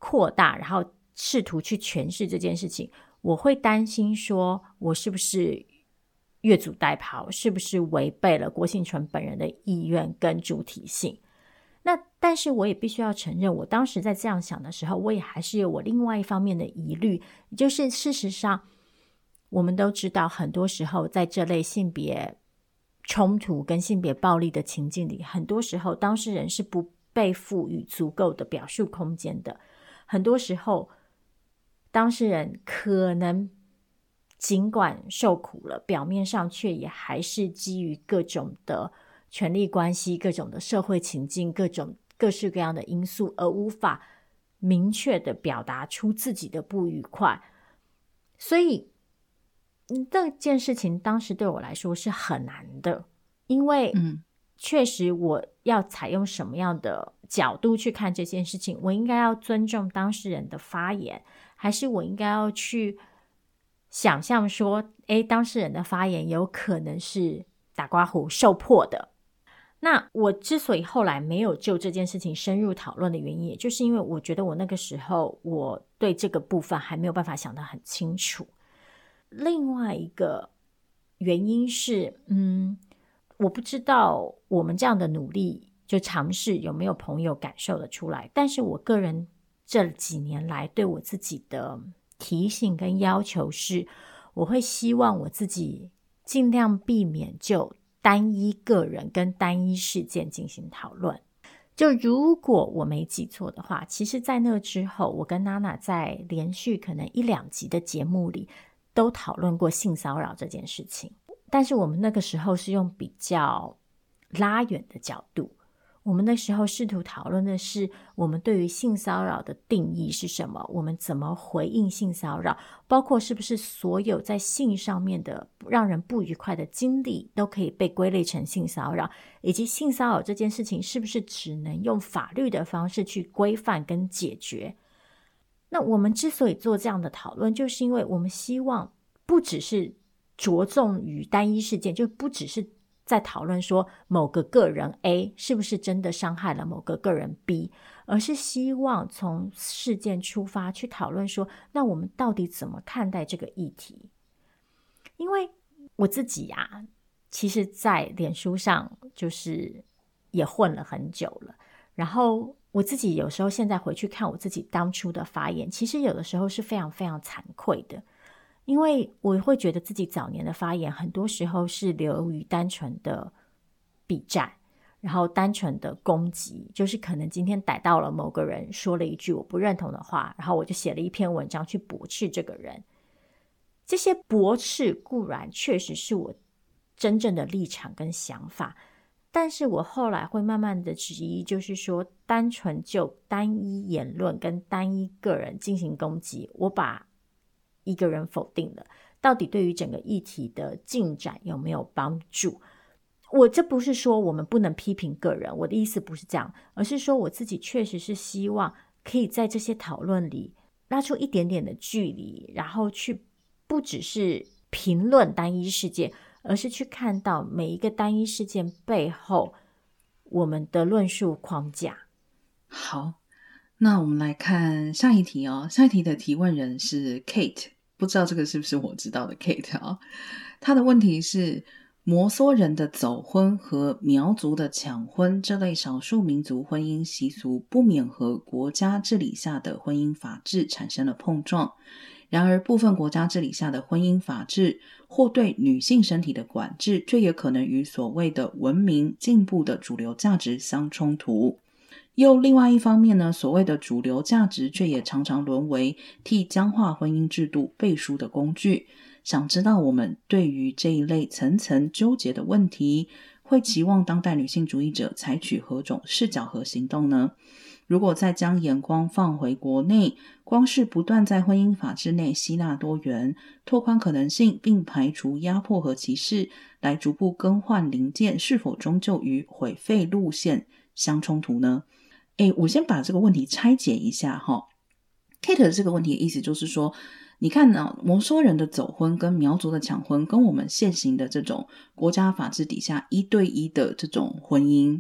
扩大，然后试图去诠释这件事情，我会担心说我是不是越俎代庖，是不是违背了郭婞淳本人的意愿跟主体性。那但是我也必须要承认，我当时在这样想的时候，我也还是有我另外一方面的疑虑，就是事实上我们都知道，很多时候在这类性别冲突跟性别暴力的情境里，很多时候当事人是不被赋予足够的表述空间的。很多时候当事人可能尽管受苦了，表面上却也还是基于各种的权力关系、各种的社会情境、各种各式各样的因素，而无法明确的表达出自己的不愉快。所以这件事情当时对我来说是很难的，因为确实我要采用什么样的角度去看这件事情，我应该要尊重当事人的发言，还是我应该要去想象说，诶，当事人的发言有可能是打刮胡受迫的。那我之所以后来没有就这件事情深入讨论的原因，也就是因为我觉得我那个时候我对这个部分还没有办法想得很清楚。另外一个原因是，嗯，我不知道我们这样的努力就尝试有没有朋友感受得出来，但是我个人这几年来对我自己的提醒跟要求是，我会希望我自己尽量避免就单一个人跟单一事件进行讨论。就如果我没记错的话，其实在那之后，我跟娜娜在连续可能一两集的节目里都讨论过性骚扰这件事情，但是我们那个时候是用比较拉远的角度。我们那时候试图讨论的是我们对于性骚扰的定义是什么，我们怎么回应性骚扰，包括是不是所有在性上面的让人不愉快的经历都可以被归类成性骚扰，以及性骚扰这件事情是不是只能用法律的方式去规范跟解决。那我们之所以做这样的讨论，就是因为我们希望不只是着重于单一事件，就不只是在讨论说某个个人 A 是不是真的伤害了某个个人 B， 而是希望从事件出发去讨论说，那我们到底怎么看待这个议题。因为我自己啊，其实在脸书上就是也混了很久了，然后我自己有时候现在回去看我自己当初的发言，其实有的时候是非常非常惭愧的，因为我会觉得自己早年的发言很多时候是流于单纯的笔战，然后单纯的攻击，就是可能今天逮到了某个人说了一句我不认同的话，然后我就写了一篇文章去驳斥这个人。这些驳斥固然确实是我真正的立场跟想法，但是我后来会慢慢的质疑，就是说单纯就单一言论跟单一个人进行攻击，我把一个人否定了，到底对于整个议题的进展有没有帮助？我这不是说我们不能批评个人，我的意思不是这样，而是说我自己确实是希望可以在这些讨论里拉出一点点的距离，然后去不只是评论单一事件，而是去看到每一个单一事件背后我们的论述框架。 好，那我们来看下一题哦。下一题的提问人是 Kate， 不知道这个是不是我知道的 Kate 啊、哦？他的问题是，摩梭人的走婚和苗族的抢婚这类少数民族婚姻习俗不免和国家治理下的婚姻法制产生了碰撞。然而部分国家治理下的婚姻法制或对女性身体的管制，却也可能与所谓的文明进步的主流价值相冲突。又另外一方面呢，所谓的主流价值却也常常沦为替僵化婚姻制度背书的工具。想知道我们对于这一类层层纠结的问题，会期望当代女性主义者采取何种视角和行动呢？如果再将眼光放回国内，光是不断在婚姻法制内吸纳多元，拓宽可能性，并排除压迫和歧视，来逐步更换零件，是否终究与毁废路线相冲突呢？诶，我先把这个问题拆解一下哈。Kate 的这个问题的意思就是说，你看呢，摩梭人的走婚跟苗族的抢婚，跟我们现行的这种国家法制底下一对一的这种婚姻，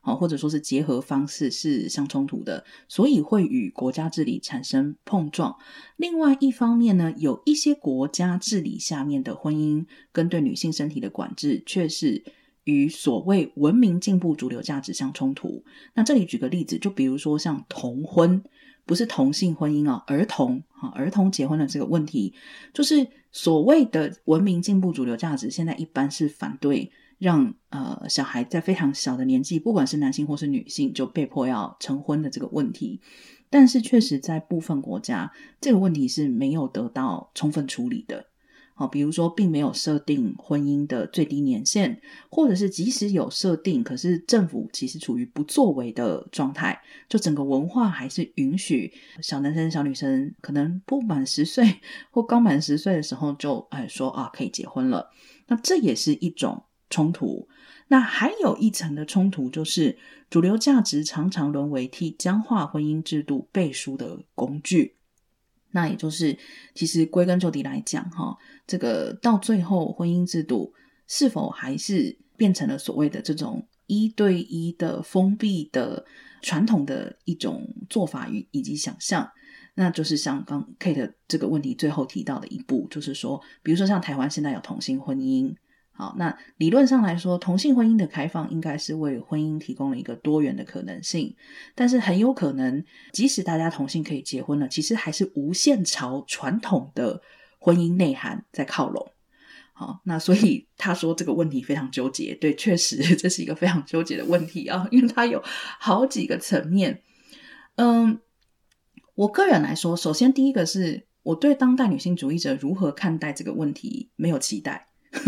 或者说是结合方式是相冲突的，所以会与国家治理产生碰撞。另外一方面呢，有一些国家治理下面的婚姻跟对女性身体的管制却是与所谓文明进步主流价值相冲突。那这里举个例子，就比如说像同婚，不是同性婚姻哦，儿童儿童结婚的这个问题，就是所谓的文明进步主流价值现在一般是反对让呃小孩在非常小的年纪，不管是男性或是女性，就被迫要成婚的这个问题。但是确实在部分国家这个问题是没有得到充分处理的。好，比如说并没有设定婚姻的最低年限，或者是即使有设定，可是政府其实处于不作为的状态，就整个文化还是允许小男生小女生可能不满十岁或刚满十岁的时候就哎说啊可以结婚了。那这也是一种冲突。那还有一层的冲突，就是主流价值常常沦为替僵化婚姻制度背书的工具。那也就是其实归根究底来讲哈，这个到最后婚姻制度是否还是变成了所谓的这种一对一的封闭的传统的一种做法与以及想象。那就是像刚 Kate 这个问题最后提到的一步，就是说比如说像台湾现在有同性婚姻，好，那理论上来说同性婚姻的开放应该是为婚姻提供了一个多元的可能性，但是很有可能即使大家同性可以结婚了，其实还是无限朝传统的婚姻内涵在靠拢。好，那所以他说这个问题非常纠结，对，确实这是一个非常纠结的问题啊，因为它有好几个层面。嗯，我个人来说，首先第一个是我对当代女性主义者如何看待这个问题没有期待。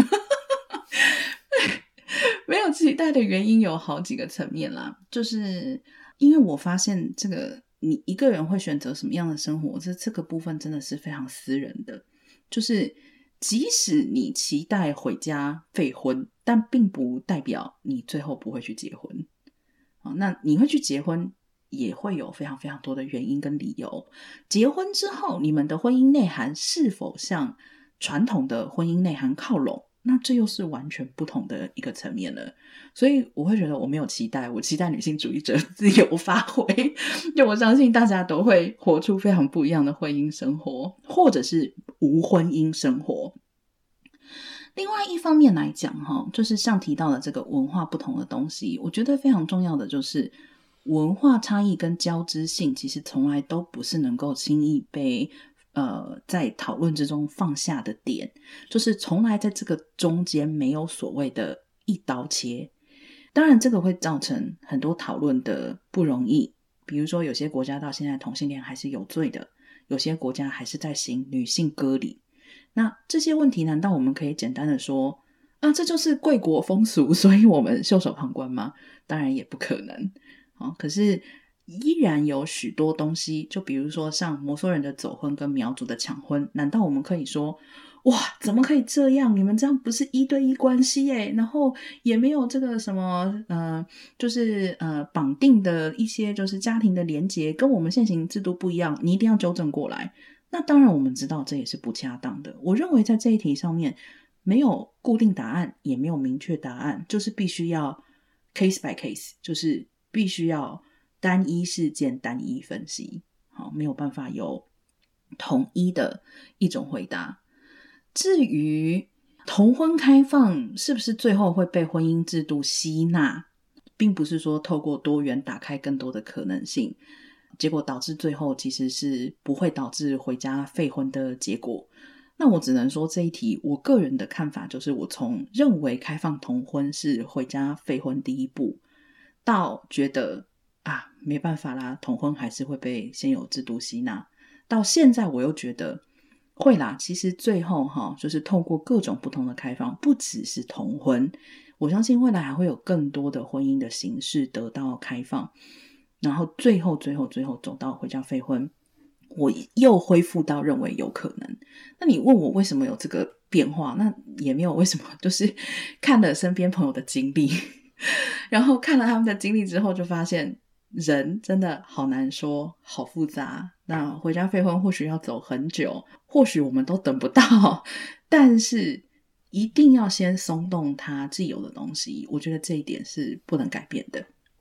没有期待的原因有好几个层面啦，就是因为我发现这个你一个人会选择什么样的生活，这这个部分真的是非常私人的，就是即使你期待回家废婚，但并不代表你最后不会去结婚。那你会去结婚也会有非常非常多的原因跟理由，结婚之后你们的婚姻内涵是否向传统的婚姻内涵靠拢，那这又是完全不同的一个层面了。所以我会觉得我没有期待，我期待女性主义者自由发挥，就我相信大家都会活出非常不一样的婚姻生活，或者是无婚姻生活。另外一方面来讲，就是像提到的这个文化不同的东西，我觉得非常重要的就是文化差异跟交织性其实从来都不是能够轻易被呃，在讨论之中放下的点，就是从来在这个中间没有所谓的一刀切。当然这个会造成很多讨论的不容易，比如说有些国家到现在同性恋还是有罪的，有些国家还是在行女性割礼。那这些问题难道我们可以简单的说啊，这就是贵国风俗，所以我们袖手旁观吗？当然也不可能。哦，可是依然有许多东西，就比如说像摩梭人的走婚跟苗族的抢婚，难道我们可以说哇怎么可以这样，你们这样不是一对一关系耶，然后也没有这个什么呃，就是呃绑定的一些就是家庭的连结跟我们现行制度不一样，你一定要纠正过来。那当然我们知道这也是不恰当的，我认为在这一题上面没有固定答案，也没有明确答案，就是必须要 case by case， 就是必须要单一事件单一分析，好，没有办法有统一的一种回答。至于同婚开放是不是最后会被婚姻制度吸纳，并不是说透过多元打开更多的可能性，结果导致最后其实是不会导致回家废婚的结果。那我只能说这一题我个人的看法就是我从认为开放同婚是回家废婚第一步，到觉得啊没办法啦，同婚还是会被现有制度吸纳，到现在我又觉得会啦，其实最后哈，就是透过各种不同的开放，不只是同婚，我相信未来还会有更多的婚姻的形式得到开放，然后最后最后最后走到回家废婚，我又恢复到认为有可能。那你问我为什么有这个变化，那也没有为什么，就是看了身边朋友的经历然后看了他们的经历之后就发现人真的好难说，好复杂，那回家废婚或许要走很久，或许我们都等不到，但是一定要先松动它既有的东西，我觉得这一点是不能改变的。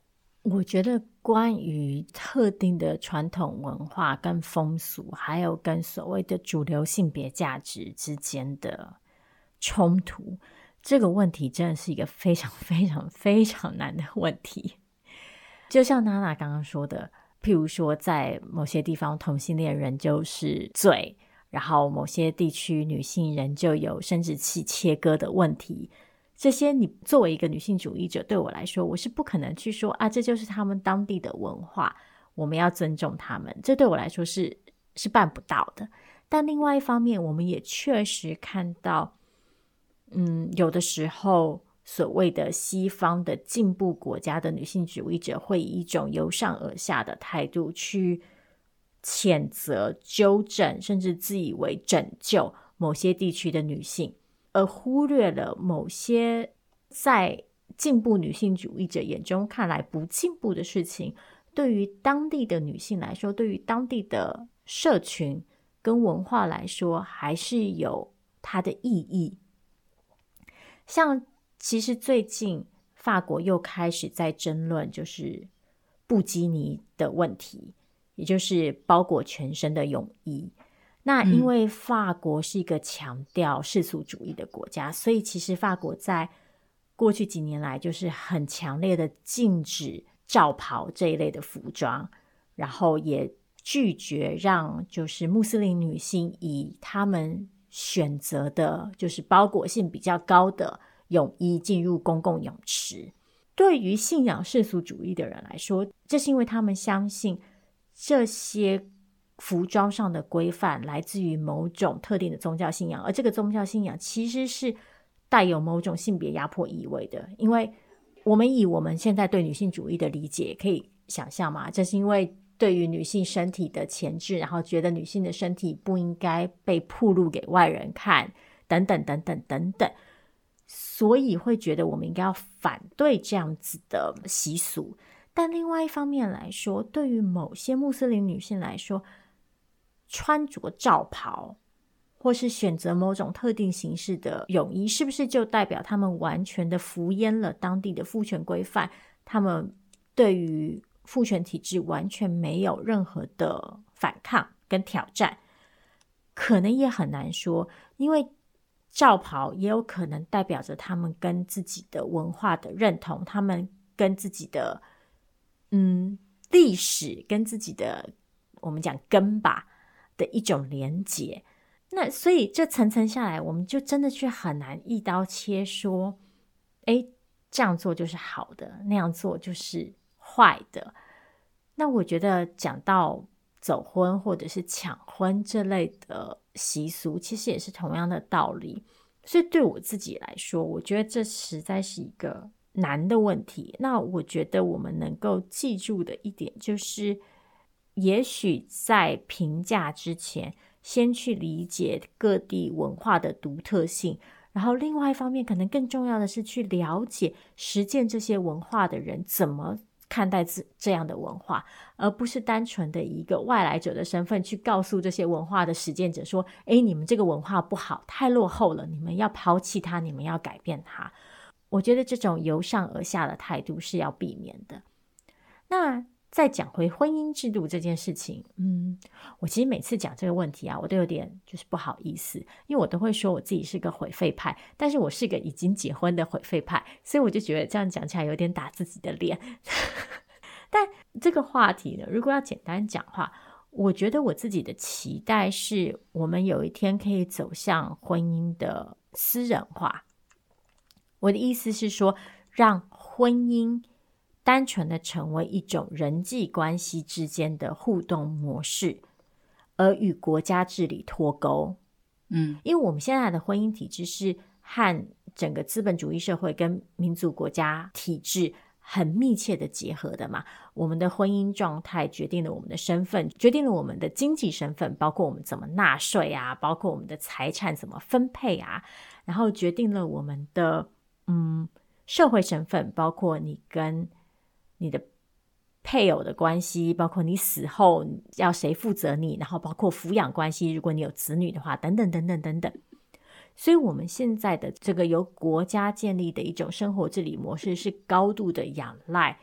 我觉得关于特定的传统文化跟风俗，还有跟所谓的主流性别价值之间的冲突，这个问题真的是一个非常非常非常难的问题。就像娜娜刚刚说的，譬如说在某些地方同性恋人就是罪，然后某些地区女性人就有生殖器切割的问题，这些你作为一个女性主义者，对我来说我是不可能去说啊，这就是他们当地的文化，我们要尊重他们，这对我来说是是办不到的。但另外一方面，我们也确实看到嗯，有的时候所谓的西方的进步国家的女性主义者会以一种由上而下的态度去谴责、纠正，甚至自以为拯救某些地区的女性，而忽略了某些在进步女性主义者眼中看来不进步的事情，对于当地的女性来说，对于当地的社群跟文化来说，还是有它的意义。像其实最近法国又开始在争论就是布基尼的问题，也就是包裹全身的泳衣。那因为法国是一个强调世俗主义的国家，所以其实法国在过去几年来就是很强烈的禁止罩袍这一类的服装，然后也拒绝让就是穆斯林女性以他们选择的就是包裹性比较高的泳衣进入公共泳池。对于信仰世俗主义的人来说，这是因为他们相信这些服装上的规范来自于某种特定的宗教信仰，而这个宗教信仰其实是带有某种性别压迫意味的。因为我们以我们现在对女性主义的理解可以想象嘛，这是因为对于女性身体的钳制，然后觉得女性的身体不应该被暴露给外人看，等等等等等等，所以会觉得我们应该要反对这样子的习俗。但另外一方面来说，对于某些穆斯林女性来说，穿着罩袍或是选择某种特定形式的泳衣，是不是就代表他们完全的敷衍了当地的父权规范？他们对于父权体制完全没有任何的反抗跟挑战？可能也很难说，因为罩袍也有可能代表着他们跟自己的文化的认同，他们跟自己的嗯历史跟自己的我们讲根吧的一种连结。那所以这层层下来，我们就真的却很难一刀切说，诶，这样做就是好的，那样做就是坏的。那我觉得讲到走婚或者是抢婚这类的习俗，其实也是同样的道理。所以对我自己来说，我觉得这实在是一个难的问题。那我觉得我们能够记住的一点就是，也许在评价之前，先去理解各地文化的独特性，然后另外一方面可能更重要的是去了解实践这些文化的人怎么看待这样的文化，而不是单纯的以一个外来者的身份去告诉这些文化的实践者说，诶，你们这个文化不好，太落后了，你们要抛弃它，你们要改变它。我觉得这种由上而下的态度是要避免的。那再讲回婚姻制度这件事情，嗯，我其实每次讲这个问题啊，我都有点就是不好意思，因为我都会说我自己是个毁废派，但是我是个已经结婚的毁废派，所以我就觉得这样讲起来有点打自己的脸。但这个话题呢，如果要简单讲话，我觉得我自己的期待是我们有一天可以走向婚姻的私人化。我的意思是说，让婚姻单纯的成为一种人际关系之间的互动模式，而与国家治理脱钩。嗯，因为我们现在的婚姻体制是和整个资本主义社会跟民主国家体制很密切的结合的嘛。我们的婚姻状态决定了我们的身份，决定了我们的经济身份，包括我们怎么纳税啊，包括我们的财产怎么分配啊，然后决定了我们的嗯社会身份，包括你跟你的配偶的关系，包括你死后要谁负责你，然后包括抚养关系，如果你有子女的话，等等等等等等。所以我们现在的这个由国家建立的一种生活治理模式，是高度的仰赖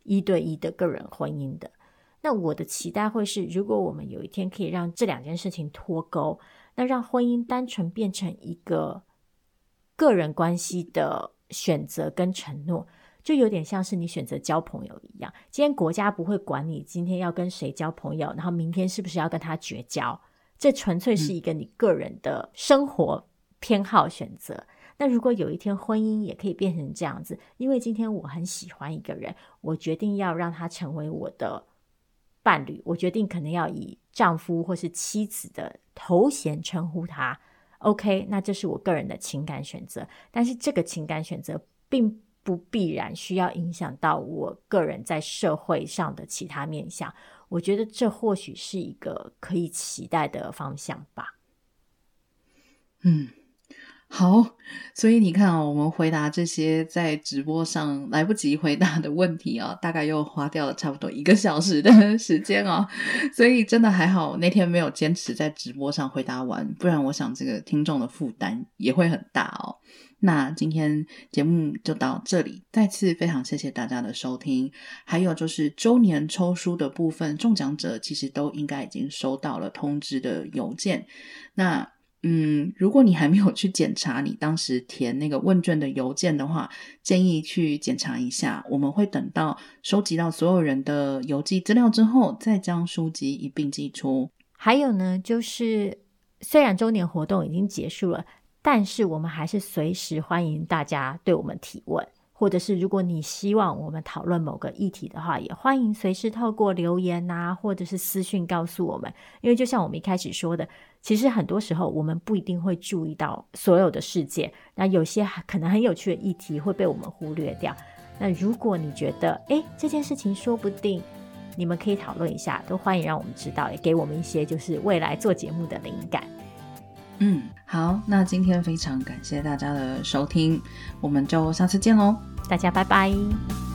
一对一的个人婚姻的。那我的期待会是，如果我们有一天可以让这两件事情脱钩，那让婚姻单纯变成一个个人关系的选择跟承诺，就有点像是你选择交朋友一样。今天国家不会管你今天要跟谁交朋友，然后明天是不是要跟他绝交，这纯粹是一个你个人的生活偏好选择、嗯、那如果有一天婚姻也可以变成这样子，因为今天我很喜欢一个人，我决定要让他成为我的伴侣，我决定可能要以丈夫或是妻子的头衔称呼他， OK， 那这是我个人的情感选择，但是这个情感选择并不必然需要影响到我个人在社会上的其他面向，我觉得这或许是一个可以期待的方向吧。 嗯，好，所以你看哦，我们回答这些在直播上来不及回答的问题哦，大概又花掉了差不多一个小时的时间哦，所以真的还好那天没有坚持在直播上回答完，不然我想这个听众的负担也会很大哦。那今天节目就到这里，再次非常谢谢大家的收听。还有就是周年抽书的部分，中奖者其实都应该已经收到了通知的邮件。那嗯，如果你还没有去检查你当时填那个问卷的邮件的话，建议去检查一下。我们会等到收集到所有人的邮寄资料之后，再将书籍一并寄出。 还有呢，就是虽然周年活动已经结束了，但是我们还是随时欢迎大家对我们提问，或者是如果你希望我们讨论某个议题的话，也欢迎随时透过留言啊，或者是私讯告诉我们。因为就像我们一开始说的，其实很多时候我们不一定会注意到所有的事件，那有些可能很有趣的议题会被我们忽略掉。那如果你觉得诶这件事情说不定你们可以讨论一下，都欢迎让我们知道，也给我们一些就是未来做节目的灵感。 嗯，好，那今天非常感谢大家的收听，我们就下次见咯， 大家拜拜。